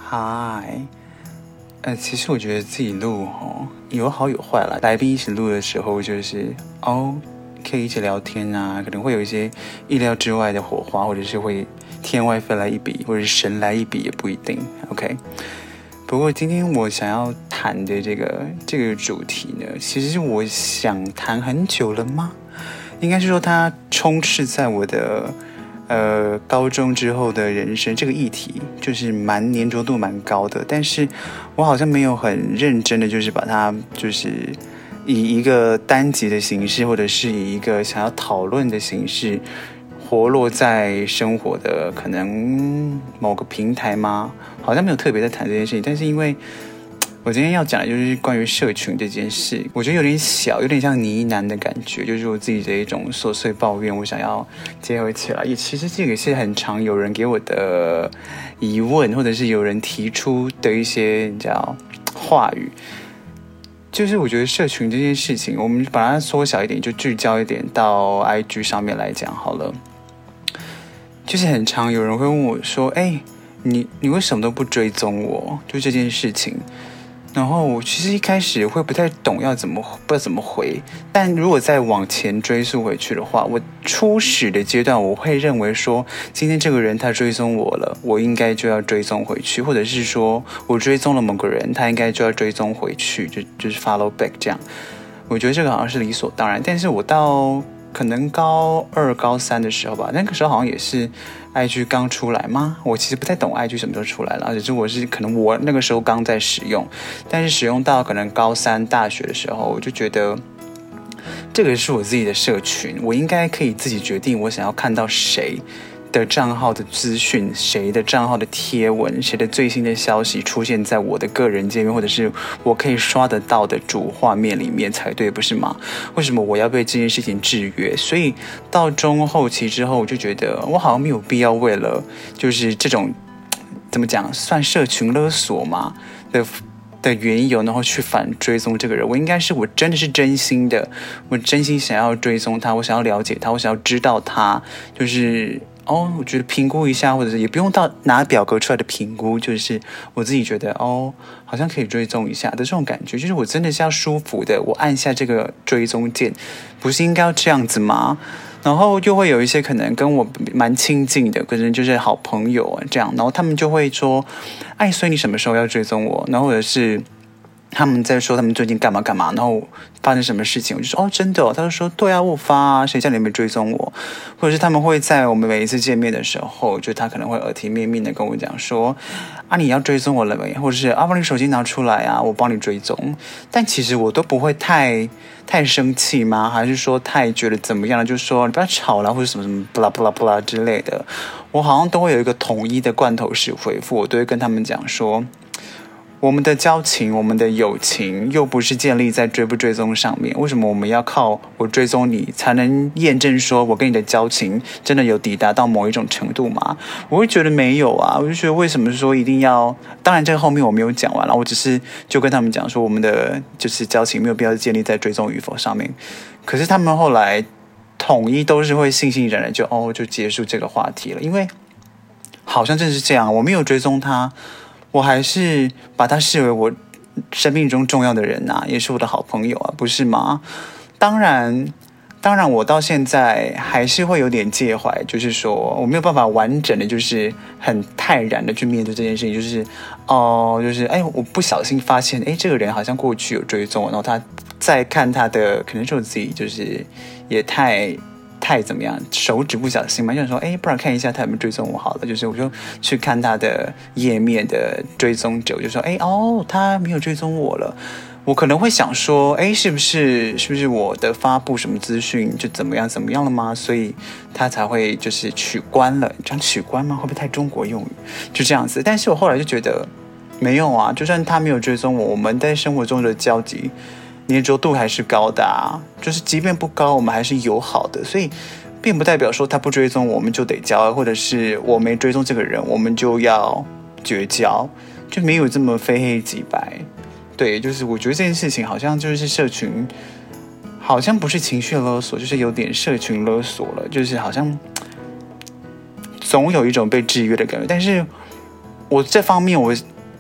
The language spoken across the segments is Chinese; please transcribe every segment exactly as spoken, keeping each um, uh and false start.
嗨，呃，其实我觉得自己录哦，有好有坏啦。来宾一起录的时候，就是哦，可以一起聊天啊，可能会有一些意料之外的火花，或者是会天外飞来一笔，或者是神来一笔也不一定。OK， 不过今天我想要谈的这个这个主题呢，其实是我想谈很久了吗？应该是说它充斥在我的。呃，高中之后的人生这个议题就是蛮粘着度蛮高的，但是我好像没有很认真的就是把它就是以一个单集的形式，或者是以一个想要讨论的形式活络在生活的可能某个平台吗？好像没有特别在谈这件事情，但是因为我今天要讲的就是关于社群这件事，我觉得有点小，有点像呢喃的感觉，就是我自己的一种琐碎抱怨，我想要结合起来。也其实这个是很常有人给我的疑问，或者是有人提出的一些你知道话语。就是我觉得社群这件事情，我们把它缩小一点，就聚焦一点到 I G 上面来讲好了。就是很常有人会问我说：“哎，你你为什么都不追踪我？”就这件事情。然后我其实一开始会不太懂要怎么不知道怎么回，但如果再往前追溯回去的话，我初始的阶段我会认为说，今天这个人他追踪我了，我应该就要追踪回去，或者是说我追踪了某个人，他应该就要追踪回去，就就是 follow back 这样。我觉得这个好像是理所当然，但是我到可能高二、高三的时候吧，那个时候好像也是 I G 刚出来嘛，我其实不太懂 I G 什么时候出来了，只是我是可能我那个时候刚在使用，但是使用到可能高三大学的时候，我就觉得这个是我自己的社群，我应该可以自己决定我想要看到谁的账号的资讯，谁的账号的贴文，谁的最新的消息出现在我的个人界面，或者是我可以刷得到的主画面里面才对，不是吗？为什么我要被这件事情制约？所以到中后期之后，我就觉得我好像没有必要为了就是这种怎么讲，算社群勒索嘛的的缘由，然后去反追踪这个人。我应该是我真的是真心的，我真心想要追踪他，我想要了解他，我想要知道他，就是哦，我觉得评估一下，或者是也不用到拿表格出来的评估，就是我自己觉得哦，好像可以追踪一下的这种感觉，就是我真的是要舒服的，我按下这个追踪键，不是应该要这样子吗？然后就会有一些可能跟我蛮亲近的，可能就是好朋友啊这样，然后他们就会说，哎，所以你什么时候要追踪我？然后或者是他们在说他们最近干嘛干嘛，然后发生什么事情，我就说哦，真的哦。他就说对啊，我发啊，谁叫你没追踪我？或者是他们会在我们每一次见面的时候，就他可能会耳提面命的跟我讲说啊，你要追踪我了没？或者是啊，把你手机拿出来啊，我帮你追踪。但其实我都不会太太生气吗？还是说太觉得怎么样了？就说你不要吵了，或者什么什么不啦不啦不啦之类的，我好像都会有一个统一的罐头式回复，我都会跟他们讲说。我们的交情，我们的友情，又不是建立在追不追踪上面。为什么我们要靠我追踪你，才能验证说我跟你的交情真的有抵达到某一种程度吗？我会觉得没有啊，我就觉得为什么说一定要？当然，这个后面我没有讲完了，我只是就跟他们讲说，我们的就是交情没有必要建立在追踪与否上面。可是他们后来统一都是会悻悻然的就哦就结束这个话题了，因为好像真的是这样，我没有追踪他。我还是把他视为我生命中重要的人啊，也是我的好朋友啊，不是吗？当然，当然，我到现在还是会有点介怀，就是说我没有办法完整的，就是很泰然的去面对这件事情，就是哦、呃，就是哎，我不小心发现，哎，这个人好像过去有追踪我，然后他再看他的，可能是我自己就是也太。太怎么样？手指不小心嘛，就想说，哎，不然看一下他有没有追踪我好了。就是我就去看他的页面的追踪者，我就说，哎，哦，他没有追踪我了。我可能会想说，哎，是不是是不是我的发布什么资讯就怎么样怎么样了吗？所以他才会就是取关了。讲取关吗？会不会太中国用语？就这样子。但是我后来就觉得没有啊，就算他没有追踪我，我们在生活中的交集。粘着度还是高的啊，就是即便不高，我们还是友好的，所以并不代表说他不追踪我们就得交，或者是我没追踪这个人，我们就要绝交，就没有这么非黑即白。对，就是我觉得这件事情好像就是社群，好像不是情绪勒索，就是有点社群勒索了，就是好像总有一种被制约的感觉。但是我这方面我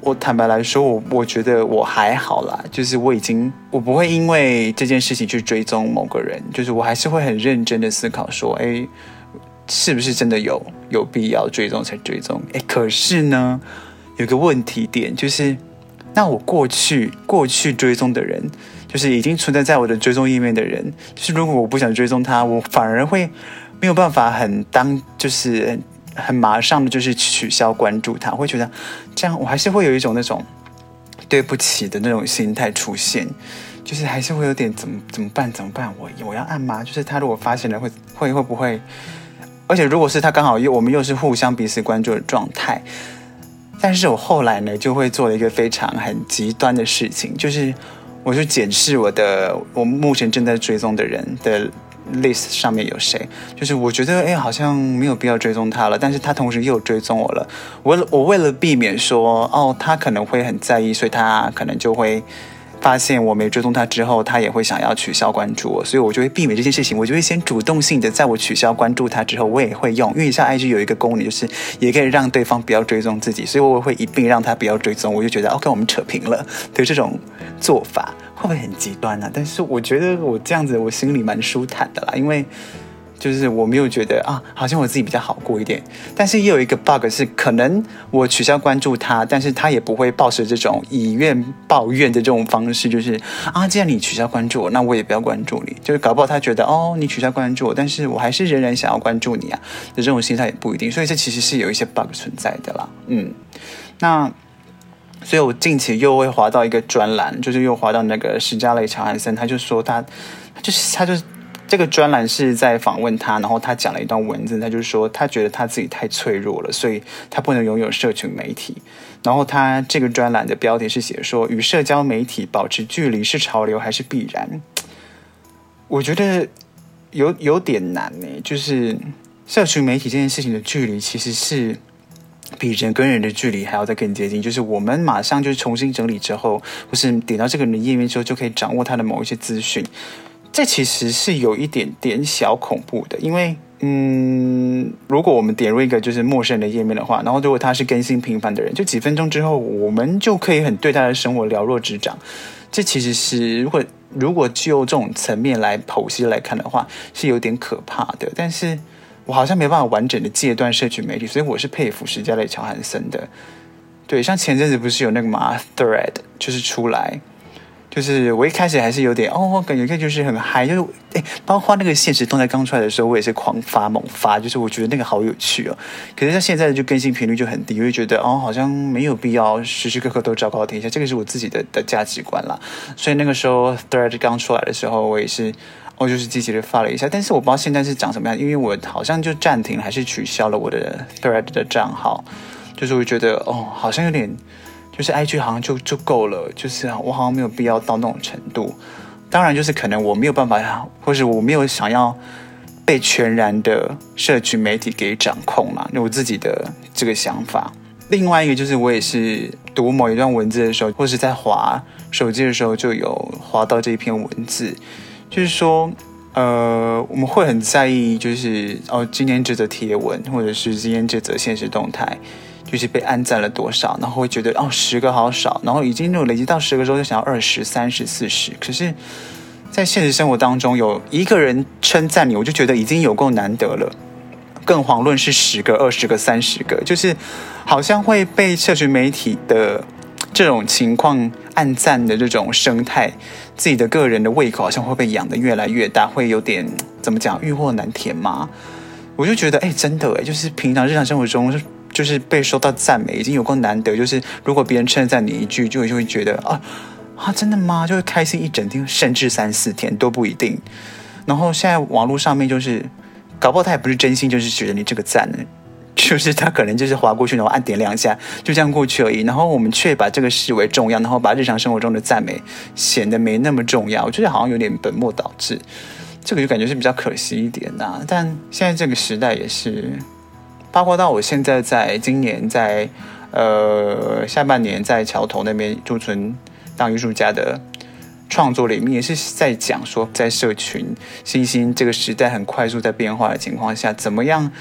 我坦白来说，我我觉得我还好啦，就是我已经我不会因为这件事情去追踪某个人，就是我还是会很认真的思考说，哎，是不是真的有有必要追踪才追踪？哎，可是呢，有个问题点就是，那我过去过去追踪的人，就是已经存在在我的追踪页面的人，就是如果我不想追踪他，我反而会没有办法很当就是很。很马上的就是取消关注他，会觉得这样我还是会有一种那种对不起的那种心态出现，就是还是会有点怎么怎么办怎么办，我我要按吗？就是他如果发现了会会会不会？而且如果是他刚好又我们又是互相彼此关注的状态，但是我后来呢就会做了一个非常很极端的事情，就是我就检视我的我目前正在追踪的人的list 上面有谁，就是我觉得哎，好像没有必要追踪他了，但是他同时又追踪我了。我我为了避免说哦，他可能会很在意，所以他可能就会发现我没追踪他之后，他也会想要取消关注我，所以我就会避免这件事情。我就会先主动性的，在我取消关注他之后，我也会用，因为像 I G 有一个功能，就是也可以让对方不要追踪自己，所以我会一并让他不要追踪。我就觉得 OK， 我们扯平了的这种做法。会不会很极端啊？但是我觉得我这样子我心里蛮舒坦的啦，因为就是我没有觉得啊，好像我自己比较好过一点。但是也有一个 bug 是，可能我取消关注他，但是他也不会抱持这种以怨报怨的这种方式，就是啊，既然你取消关注我，那我也不要关注你。就是搞不好他觉得哦，你取消关注我，但是我还是仍然想要关注你啊的这种心态也不一定。所以这其实是有一些 bug 存在的啦。嗯，那。所以我近期又会滑到一个专栏，就是又滑到那个史嘉蕾·乔汉森，他就说他，他就是他就是这个专栏是在访问他，然后他讲了一段文字，他就说他觉得他自己太脆弱了，所以他不能拥有社群媒体。然后他这个专栏的标题是写说，与社交媒体保持距离是潮流还是必然？我觉得有有点难呢，就是社群媒体这件事情的距离其实是。比人跟人的距离还要再更接近，就是我们马上就是重新整理之后，或是点到这个人的页面之后，就可以掌握他的某一些资讯。这其实是有一点点小恐怖的，因为嗯，如果我们点入一个就是陌生人的页面的话，然后如果他是更新频繁的人，就几分钟之后，我们就可以很对他的生活了若指掌。这其实是如果如果就这种层面来剖析来看的话，是有点可怕的，但是。我好像没办法完整的戒断社群媒体，所以我是佩服史嘉蕾·乔汉森的。对，像前阵子不是有那个嘛 Thread 就是出来，就是我一开始还是有点哦，感觉就是很嗨，就是哎，包括那个现实动态刚出来的时候，我也是狂发猛发，就是我觉得那个好有趣哦。可是它现在就更新频率就很低，我就觉得哦，好像没有必要时时刻刻都昭告天下，这个是我自己的的价值观啦。所以那个时候 Thread 刚出来的时候，我也是。我就是积极的发了一下，但是我不知道现在是长什么样，因为我好像就暂停还是取消了我的 Thread 的账号，就是我觉得哦，好像有点，就是 I G 好像就就够了，就是我好像没有必要到那种程度。当然，就是可能我没有办法，或是我没有想要被全然的社群媒体给掌控嘛，有我自己的这个想法。另外一个就是我也是读某一段文字的时候，或是在滑手机的时候，就有滑到这一篇文字。就是说，呃，我们会很在意，就是哦，今天这则贴文，或者是今天这则现实动态，就是被按赞了多少，然后会觉得哦，十个好少，然后已经有累积到十个之后，就想要二十、三十、四十。可是，在现实生活当中，有一个人称赞你，我就觉得已经有够难得了。更遑论是十个、二十个、三十个，就是好像会被社群媒体的这种情况按赞的这种生态。自己的个人的胃口好像会被养得越来越大，会有点怎么讲欲壑难填嘛？我就觉得，哎、欸，真的哎，就是平常日常生活中，就是被收到赞美已经有够难得。就是如果别人称赞你一句，就就会觉得啊啊，真的吗？就会开心一整天，甚至三四天都不一定。然后现在网络上面就是，搞不好他也不是真心，就是觉得你这个赞呢。就是他可能就是滑过去，然后按点两下，就这样过去而已。然后我们却把这个视为重要，然后把日常生活中的赞美显得没那么重要。我觉得好像有点本末倒置，这个就感觉是比较可惜一点呐、啊。但现在这个时代也是，包括到我现在在今年在呃下半年在桥头那边驻村当艺术家的创作里面，也是在讲说，在社群新兴这个时代很快速在变化的情况下，怎么样？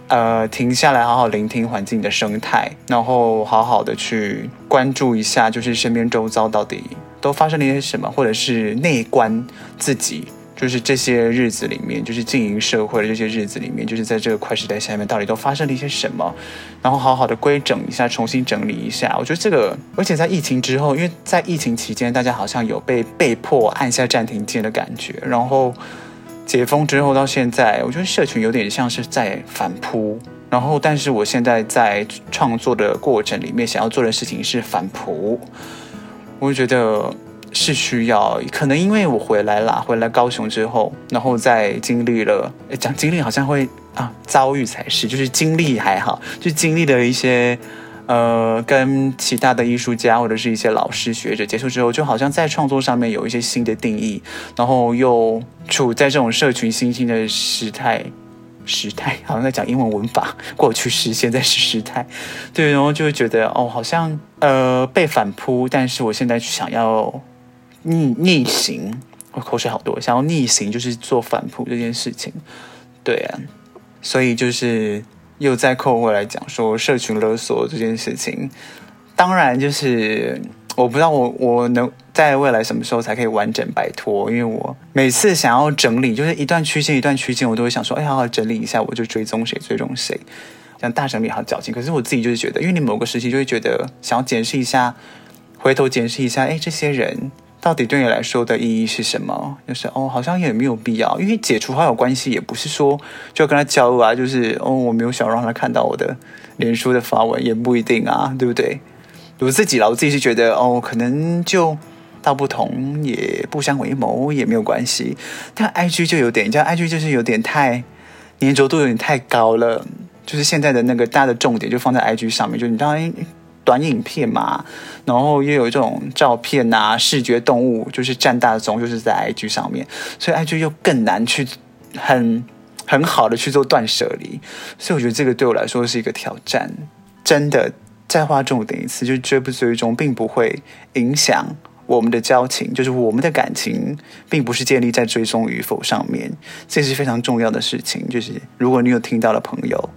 呃停下来，好好聆听环境的生态，然后好好的去关注一下，就是身边周遭到底都发生了一些什么，或者是内观自己。就是这些日子里面，就是经营社会的这些日子里面，就是在这个快时代下面，到底都发生了一些什么，然后好好的规整一下，重新整理一下。我觉得这个，而且在疫情之后，因为在疫情期间，大家好像有被被迫按下暂停键的感觉，然后解封之后到现在，我觉得社群有点像是在反扑。然后，但是我现在在创作的过程里面，想要做的事情是反扑，我就觉得。是需要，可能因为我回来啦，回来高雄之后，然后再经历了，讲经历好像会啊遭遇才是，就是经历还好，就经历了一些呃跟其他的艺术家或者是一些老师学者接触之后，就好像在创作上面有一些新的定义，然后又处在这种社群新兴的时态。时态好像在讲英文文法，过去时现在是时态，对，然后就会觉得哦，好像呃被反扑，但是我现在想要。逆逆行，我口水好多，想要逆行就是做反扑这件事情，对啊，所以就是又再扣回来讲说社群勒索这件事情，当然就是我不知道我我能在未来什么时候才可以完整摆脱，因为我每次想要整理，就是一段区间一段区间，我都会想说，哎，好好整理一下，我就追踪谁追踪谁，这样大整理好矫情。可是我自己就是觉得，因为你某个时期就会觉得想要检视一下，回头检视一下，哎，这些人。到底对你来说的意义是什么？就是哦，好像也没有必要，因为解除好友关系也不是说就要跟他交恶啊，就是哦，我没有想让他看到我的脸书的发文，也不一定啊，对不对？我自己啦，我自己是觉得哦，可能就道不同也不相为谋也没有关系。但 I G 就有点，你知道 I G 就是有点太粘着度有点太高了，就是现在的那个大家的重点就放在 I G 上面，就你当然。短影片嘛，然后又有这种照片啊，视觉动物就是占大宗，就是在 I G 上面，所以 I G 又更难去很很好的去做断舍离，所以我觉得这个对我来说是一个挑战。真的再画重点一次，就追不追踪并不会影响我们的交情，就是我们的感情并不是建立在追踪与否上面，这是非常重要的事情。就是如果你有听到的朋友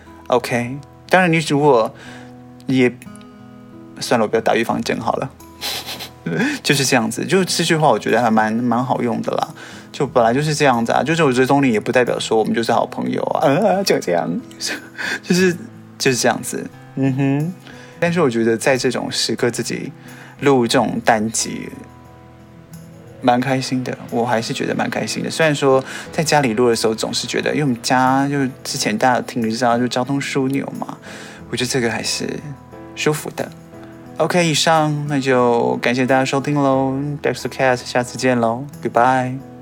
，OK， 当然你如果也。算了，我不要打预防针好了，就是这样子。就这句话，我觉得还蛮蛮好用的啦。就本来就是这样子啊，就是我追踪你，也不代表说我们就是好朋友啊，呃、就这样，就是就是这样子。嗯哼。但是我觉得在这种时刻，自己录这种单集，蛮开心的。我还是觉得蛮开心的。虽然说在家里录的时候，总是觉得，因为我们家就之前大家有听就知道，就交通枢纽嘛，我觉得这个还是舒服的。OK， 以上那就感谢大家收听喽 ，Dexter Cast， 下次见喽 ，Goodbye。